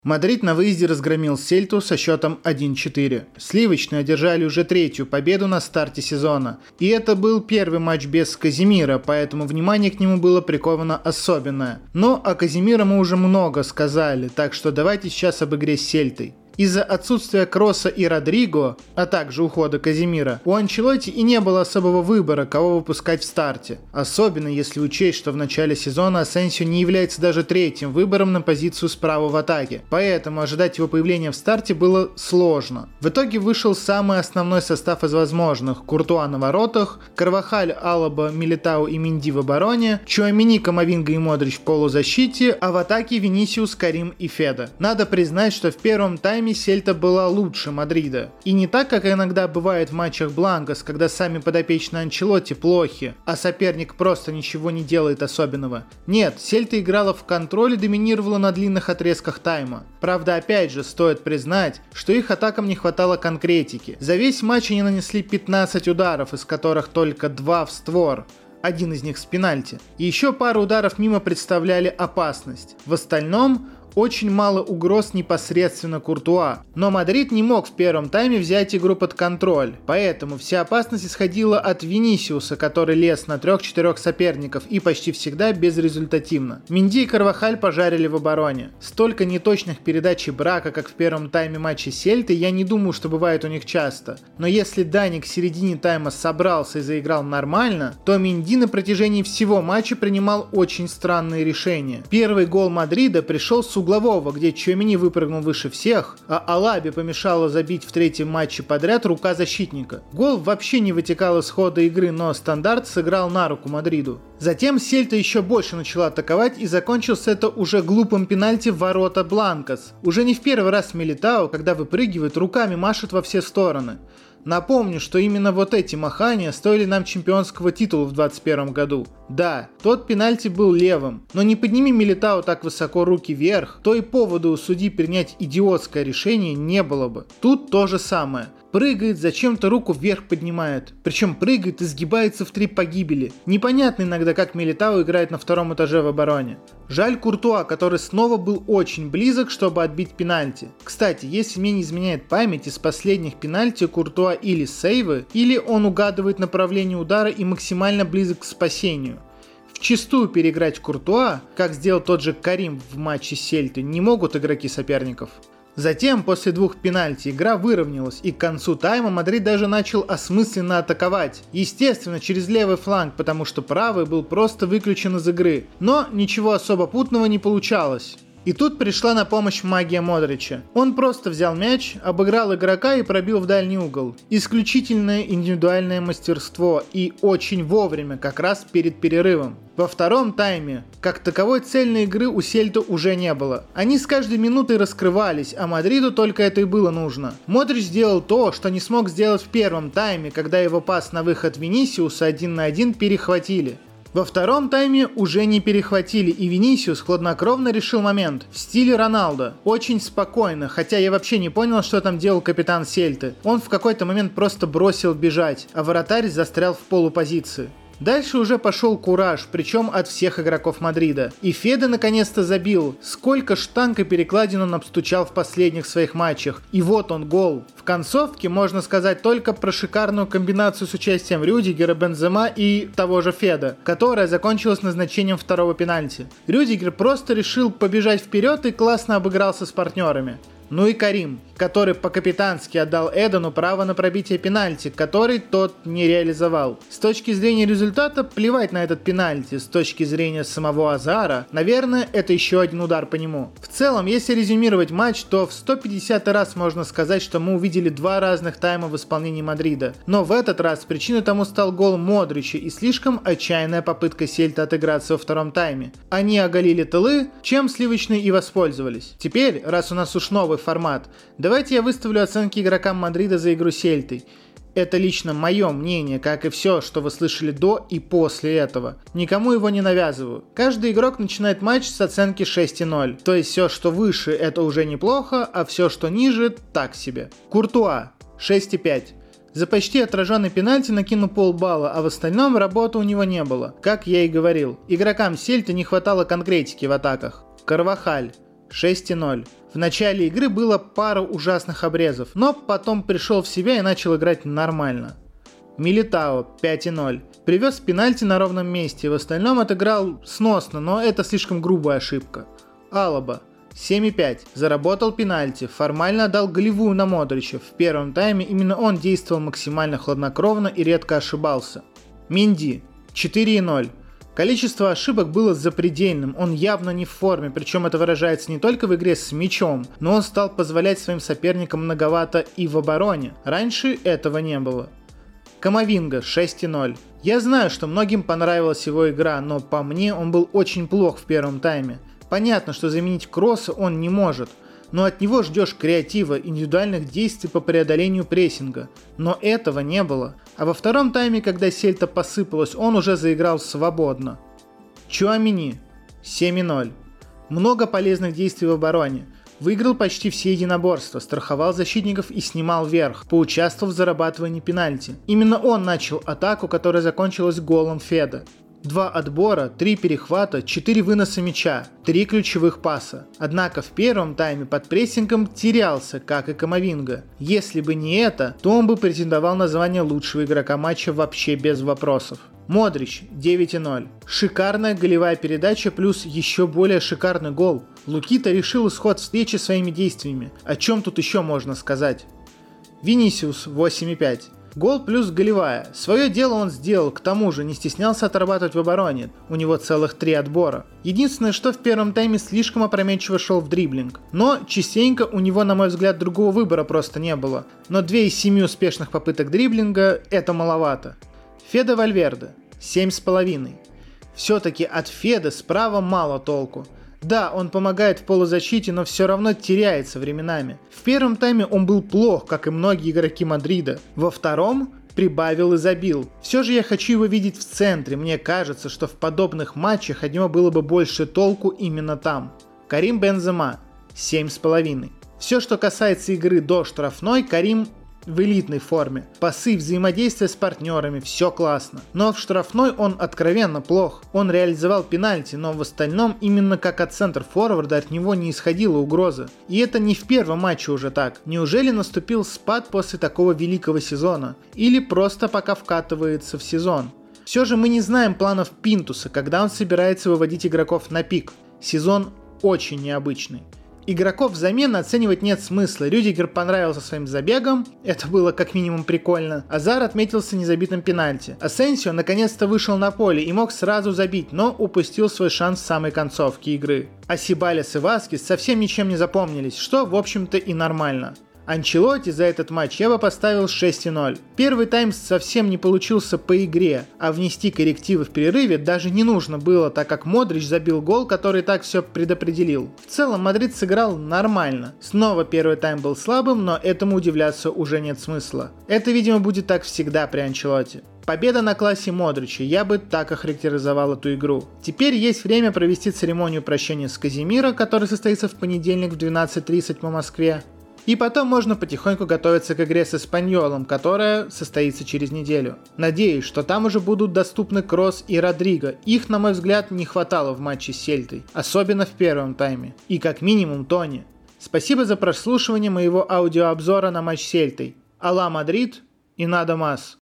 Мадрид на выезде разгромил Сельту со счетом 1-4. Сливочные одержали уже третью победу на старте сезона. И это был первый матч без Казимира, поэтому внимание к нему было приковано особенное. Но о Казимире мы уже много сказали, так что давайте сейчас об игре с Сельтой. Из-за отсутствия Кросса и Родриго, а также ухода Казимира, у Анчелотти и не было особого выбора, кого выпускать в старте. Особенно если учесть, что в начале сезона Асенсио не является даже третьим выбором на позицию справа в атаке, поэтому ожидать его появления в старте было сложно. В итоге вышел самый основной состав из возможных: Куртуа на воротах, Карвахаль, Алаба, Милитау и Менди в обороне, Чуамени, Камавинга и Модрич в полузащите, а в атаке Винисиус, Карим и Феда. Надо признать, что в первом тайме Сельта была лучше Мадрида. И не так, как иногда бывает в матчах Бланкос, когда сами подопечные Анчелотти плохи, а соперник просто ничего не делает особенного. Нет, Сельта играла в контроль и доминировала на длинных отрезках тайма. Правда, опять же, стоит признать, что их атакам не хватало конкретики. За весь матч они нанесли 15 ударов, из которых только 2 в створ. Один из них с пенальти. И еще пару ударов мимо представляли опасность. В остальном очень мало угроз непосредственно Куртуа. Но Мадрид не мог в первом тайме взять игру под контроль. Поэтому вся опасность исходила от Винисиуса, который лез на 3-4 соперников и почти всегда безрезультативно. Менди и Карвахаль пожарили в обороне. Столько неточных передач и брака, как в первом тайме матча Сельты, я не думаю, что бывает у них часто. Но если Дани к середине тайма собрался и заиграл нормально, то Менди на протяжении всего матча принимал очень странные решения. Первый гол Мадрида пришел с углового, где Чуамени выпрыгнул выше всех, а Алабе помешала забить в третьем матче подряд рука защитника. Гол вообще не вытекал из хода игры, но стандарт сыграл на руку Мадриду. Затем Сельта еще больше начала атаковать, и закончилось это уже глупым пенальти в ворота Бланкос. Уже не в первый раз Милитау, когда выпрыгивает, руками машет во все стороны. Напомню, что именно вот эти махания стоили нам чемпионского титула в 2021 году. Да, тот пенальти был левым, но не подними Милитау так высоко руки вверх, то и повода у судьи принять идиотское решение не было бы. Тут то же самое. Прыгает, зачем-то руку вверх поднимает. Причем прыгает и сгибается в 3 погибели. Непонятно иногда, как Милитау играет на втором этаже в обороне. Жаль Куртуа, который снова был очень близок, чтобы отбить пенальти. Кстати, если мне не изменяет память, из последних пенальти Куртуа или сейвы, или он угадывает направление удара и максимально близок к спасению. Вчистую переиграть Куртуа, как сделал тот же Карим в матче Сельты, не могут игроки соперников. Затем, после 2 пенальти, игра выровнялась, и к концу тайма Мадрид даже начал осмысленно атаковать. Естественно, через левый фланг, потому что правый был просто выключен из игры. Но ничего особо путного не получалось. И тут пришла на помощь магия Модрича. Он просто взял мяч, обыграл игрока и пробил в дальний угол. Исключительное индивидуальное мастерство, и очень вовремя, как раз перед перерывом. Во втором тайме, как таковой цельной игры у Сельты уже не было. Они с каждой минутой раскрывались, а Мадриду только это и было нужно. Модрич сделал то, что не смог сделать в первом тайме, когда его пас на выход Винисиуса 1 на 1 перехватили. Во втором тайме уже не перехватили, и Винисиус хладнокровно решил момент, в стиле Роналдо. Очень спокойно, хотя я вообще не понял, что там делал капитан Сельты. Он в какой-то момент просто бросил бежать, а вратарь застрял в полупозиции. Дальше уже пошел кураж, причем от всех игроков Мадрида. И Феда наконец-то забил. Сколько штанг и перекладин он обстучал в последних своих матчах. И вот он, гол. В концовке можно сказать только про шикарную комбинацию с участием Рюдигера, Бензема и того же Феда, которая закончилась назначением второго пенальти. Рюдигер просто решил побежать вперед и классно обыгрался с партнерами. Ну и Карим, который по-капитански отдал Эдену право на пробитие пенальти, который тот не реализовал. С точки зрения результата, плевать на этот пенальти. С точки зрения самого Азара, наверное, это еще один удар по нему. В целом, если резюмировать матч, то в 150 раз можно сказать, что мы увидели 2 разных тайма в исполнении Мадрида. Но в этот раз причиной тому стал гол Модрича и слишком отчаянная попытка Сельты отыграться во втором тайме. Они оголили тылы, чем сливочные и воспользовались. Теперь, раз у нас уж новый формат, давайте я выставлю оценки игрокам Мадрида за игру Сельты. Это лично мое мнение, как и все, что вы слышали до и после этого. Никому его не навязываю. Каждый игрок начинает матч с оценки 6,0. То есть все, что выше, это уже неплохо, а все, что ниже, так себе. Куртуа 6,5. За почти отраженный пенальти накину полбалла, а в остальном работы у него не было. Как я и говорил, игрокам Сельты не хватало конкретики в атаках. Карвахаль 6,0. В начале игры было пара ужасных обрезов, но потом пришел в себя и начал играть нормально. Милитао 5-0. Привез пенальти на ровном месте, в остальном отыграл сносно, но это слишком грубая ошибка. Алаба 7,5. Заработал пенальти, формально отдал голевую на Модрича. В первом тайме именно он действовал максимально хладнокровно и редко ошибался. Менди 4,0. Количество ошибок было запредельным, он явно не в форме, причем это выражается не только в игре с мячом, но он стал позволять своим соперникам многовато и в обороне. Раньше этого не было. Камавинга 6,0. Я знаю, что многим понравилась его игра, но по мне он был очень плох в первом тайме. Понятно, что заменить Кросса он не может, но от него ждешь креатива, индивидуальных действий по преодолению прессинга. Но этого не было. А во втором тайме, когда Сельта посыпалась, он уже заиграл свободно. Чуамени 7,0. Много полезных действий в обороне. Выиграл почти все единоборства, страховал защитников и снимал верх, поучаствовав в зарабатывании пенальти. Именно он начал атаку, которая закончилась голом Феда. 2 отбора, 3 перехвата, 4 выноса мяча, 3 ключевых паса. Однако в первом тайме под прессингом терялся, как и Камавинга. Если бы не это, то он бы претендовал на звание лучшего игрока матча вообще без вопросов. Модрич 9,0. Шикарная голевая передача плюс еще более шикарный гол. Лукита решил исход встречи своими действиями. О чем тут еще можно сказать? Винисиус 8,5. Гол плюс голевая. Свое дело он сделал, к тому же не стеснялся отрабатывать в обороне, у него целых 3 отбора. Единственное, что в первом тайме слишком опрометчиво шел в дриблинг. Но частенько у него, на мой взгляд, другого выбора просто не было. Но 2 из 7 успешных попыток дриблинга – это маловато. Феде Вальверде 7,5. Все-таки от Феде справа мало толку. Да, он помогает в полузащите, но все равно теряется временами. В первом тайме он был плох, как и многие игроки Мадрида. Во втором прибавил и забил. Все же я хочу его видеть в центре. Мне кажется, что в подобных матчах от него было бы больше толку именно там. Карим Бензема 7,5. Все, что касается игры до штрафной, Карим в элитной форме. Пасы, взаимодействие с партнерами, все классно. Но в штрафной он откровенно плох. Он реализовал пенальти, но в остальном именно как от центр-форварда от него не исходила угроза. И это не в первом матче уже так. Неужели наступил спад после такого великого сезона? Или просто пока вкатывается в сезон? Все же мы не знаем планов Пинтуса, когда он собирается выводить игроков на пик. Сезон очень необычный. Игроков замены оценивать нет смысла. Рюдигер понравился своим забегом, это было как минимум прикольно. Азар отметился незабитым пенальти. Асенсио наконец-то вышел на поле и мог сразу забить, но упустил свой шанс в самой концовке игры. А Сибалес и Васкес совсем ничем не запомнились, что в общем-то и нормально. Анчелотти за этот матч я бы поставил 6,0. Первый тайм совсем не получился по игре, а внести коррективы в перерыве даже не нужно было, так как Модрич забил гол, который так все предопределил. В целом Мадрид сыграл нормально. Снова первый тайм был слабым, но этому удивляться уже нет смысла. Это, видимо, будет так всегда при Анчелотти. Победа на классе Модрича, я бы так охарактеризовал эту игру. Теперь есть время провести церемонию прощения с Казимиро, которая состоится в понедельник в 12:30 по Москве. И потом можно потихоньку готовиться к игре с Эспаньолом, которая состоится через неделю. Надеюсь, что там уже будут доступны Кросс и Родриго. Их, на мой взгляд, не хватало в матче с Сельтой, особенно в первом тайме. И как минимум Тони. Спасибо за прослушивание моего аудиообзора на матч с Сельтой. Алла Мадрид и надо мас.